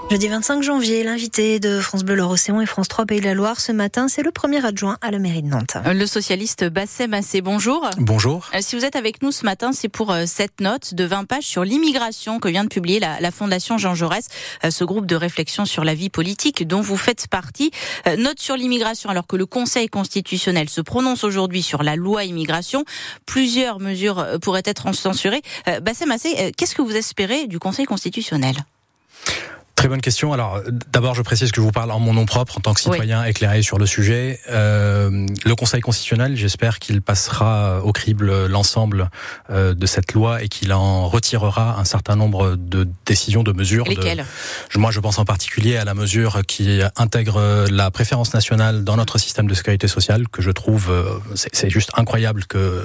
Jeudi 25 janvier, l'invité de France Bleu Loire-Océan et France 3 Pays de la Loire ce matin, c'est le premier adjoint à la mairie de Nantes. Le socialiste Bassem Assé, bonjour. Bonjour. Si vous êtes avec nous ce matin, c'est pour cette note de 20 pages sur l'immigration que vient de publier la Fondation Jean Jaurès, ce groupe de réflexion sur la vie politique dont vous faites partie. Note sur l'immigration, alors que le Conseil constitutionnel se prononce aujourd'hui sur la loi immigration. Plusieurs mesures pourraient être censurées. Bassem Assé, qu'est-ce que vous espérez du Conseil constitutionnel ? Très bonne question. Alors, d'abord, je précise que je vous parle en mon nom propre, en tant que citoyen éclairé sur le sujet. Le Conseil constitutionnel, j'espère qu'il passera au crible l'ensemble de cette loi et qu'il en retirera un certain nombre de décisions, de mesures. Lesquelles ? Moi, je pense en particulier à la mesure qui intègre la préférence nationale dans notre système de sécurité sociale, que je trouve, c'est juste incroyable que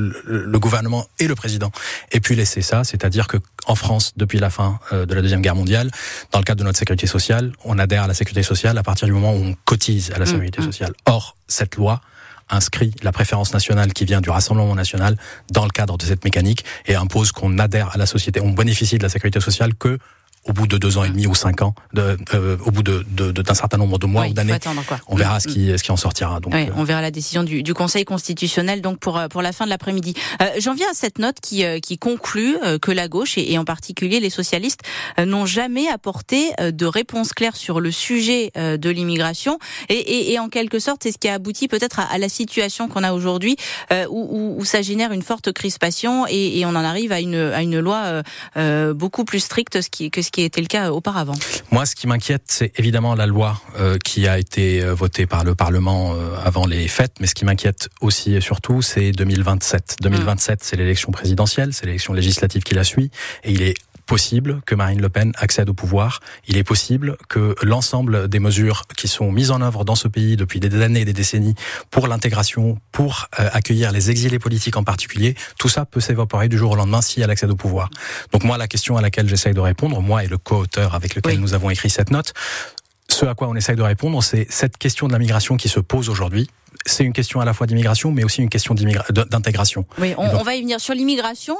le gouvernement et le président aient pu laisser ça. C'est-à-dire que en France, depuis la fin de la Deuxième Guerre mondiale, dans le cadre de notre sécurité sociale, on adhère à la sécurité sociale à partir du moment où on cotise à la sécurité sociale. Or, cette loi inscrit la préférence nationale qui vient du Rassemblement national dans le cadre de cette mécanique et impose qu'on adhère à la société. On bénéficie de la sécurité sociale que au bout de 2 ans et demi ou 5 ans, au bout d'un certain nombre de mois ou d'années, on verra ce qui en sortira. Donc, on verra la décision du Conseil constitutionnel donc pour la fin de l'après-midi. J'en viens à cette note qui conclut que la gauche et en particulier les socialistes n'ont jamais apporté de réponse claire sur le sujet de l'immigration et en quelque sorte c'est ce qui a abouti peut-être à la situation qu'on a aujourd'hui où ça génère une forte crispation et on en arrive à une loi beaucoup plus stricte que ce qui était le cas auparavant. Moi, ce qui m'inquiète, c'est évidemment la loi qui a été votée par le Parlement avant les fêtes, mais ce qui m'inquiète aussi et surtout, c'est 2027. 2027, c'est l'élection présidentielle, c'est l'élection législative qui la suit, et il est possible que Marine Le Pen accède au pouvoir. Il est possible que l'ensemble des mesures qui sont mises en œuvre dans ce pays depuis des années et des décennies pour l'intégration, pour accueillir les exilés politiques en particulier, tout ça peut s'évaporer du jour au lendemain si elle accède au pouvoir. Donc moi, la question à laquelle j'essaye de répondre, moi et le co-auteur avec lequel nous avons écrit cette note, ce à quoi on essaye de répondre, c'est cette question de la migration qui se pose aujourd'hui. C'est une question à la fois d'immigration, mais aussi une question d'intégration. Oui, on va y venir. Sur l'immigration,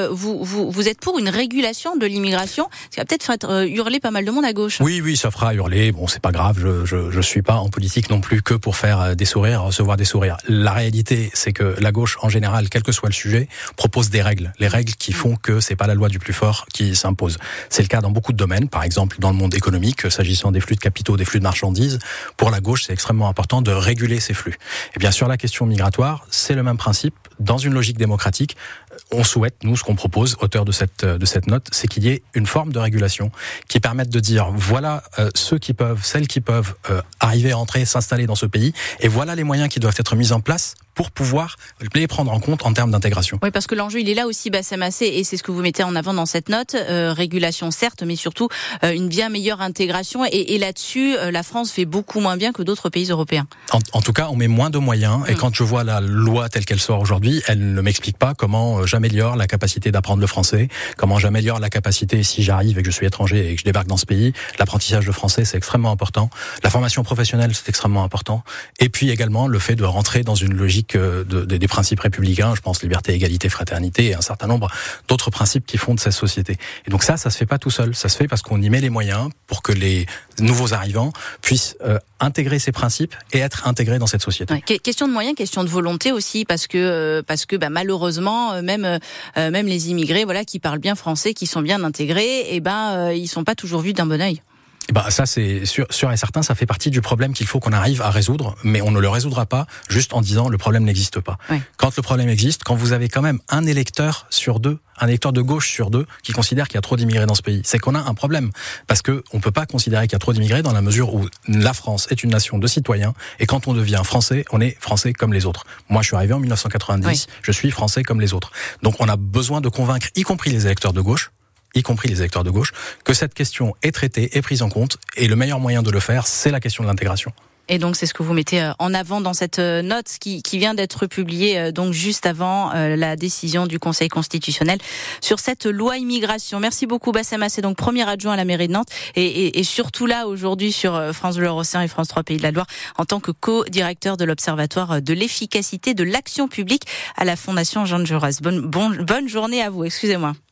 vous êtes pour une régulation de l'immigration, ce qui va peut-être faire hurler pas mal de monde à gauche. Oui, ça fera hurler. Bon, c'est pas grave, je suis pas en politique non plus que pour faire des sourires, recevoir des sourires. La réalité, c'est que la gauche, en général, quel que soit le sujet, propose des règles. Les règles qui font que c'est pas la loi du plus fort qui s'impose. C'est le cas dans beaucoup de domaines, par exemple dans le monde économique, s'agissant des flux de capitaux, des flux de marchandises. Pour la gauche, c'est extrêmement important de réguler ces flux. Et bien sur la question migratoire, c'est le même principe. Dans une logique démocratique, on souhaite, nous, ce qu'on propose, auteur de cette note, c'est qu'il y ait une forme de régulation qui permette de dire, voilà ceux qui peuvent, celles qui peuvent arriver à entrer, s'installer dans ce pays, et voilà les moyens qui doivent être mis en place pour pouvoir les prendre en compte en termes d'intégration. Oui, parce que l'enjeu, il est là aussi, Bassem Assé, et c'est ce que vous mettez en avant dans cette note. Régulation, certes, mais surtout une bien meilleure intégration. Et là-dessus, la France fait beaucoup moins bien que d'autres pays européens. En tout cas, on met moins de moyens. Et quand je vois la loi telle qu'elle sort aujourd'hui, elle ne m'explique pas comment j'améliore la capacité d'apprendre le français, comment j'améliore la capacité, si j'arrive et que je suis étranger et que je débarque dans ce pays, l'apprentissage de français, c'est extrêmement important. La formation professionnelle, c'est extrêmement important. Et puis également, le fait de rentrer dans une logique des principes républicains, je pense liberté, égalité, fraternité et un certain nombre d'autres principes qui fondent cette société. Et donc ça se fait pas tout seul, ça se fait parce qu'on y met les moyens pour que les nouveaux arrivants puissent intégrer ces principes et être intégrés dans cette société. Ouais, question de moyens, question de volonté aussi, parce que malheureusement même les immigrés qui parlent bien français, qui sont bien intégrés, ils sont pas toujours vus d'un bon œil. Ça c'est sûr et certain, ça fait partie du problème qu'il faut qu'on arrive à résoudre, mais on ne le résoudra pas juste en disant le problème n'existe pas. Oui. Quand le problème existe, quand vous avez quand même un électeur de gauche sur 2 qui considère qu'il y a trop d'immigrés dans ce pays, c'est qu'on a un problème. Parce que on peut pas considérer qu'il y a trop d'immigrés dans la mesure où la France est une nation de citoyens et quand on devient français, on est français comme les autres. Moi je suis arrivé en 1990, je suis français comme les autres. Donc on a besoin de convaincre, y compris les électeurs de gauche, que cette question est traitée, est prise en compte, et le meilleur moyen de le faire, c'est la question de l'intégration. Et donc c'est ce que vous mettez en avant dans cette note qui vient d'être publiée donc juste avant la décision du Conseil constitutionnel sur cette loi immigration. Merci beaucoup Bassem Assé, donc premier adjoint à la mairie de Nantes et surtout là aujourd'hui sur France Bleu Loire-Océan et France 3 Pays de la Loire en tant que co-directeur de l'Observatoire de l'efficacité de l'action publique à la Fondation Jean Jaurès. Bonne journée à vous, excusez-moi.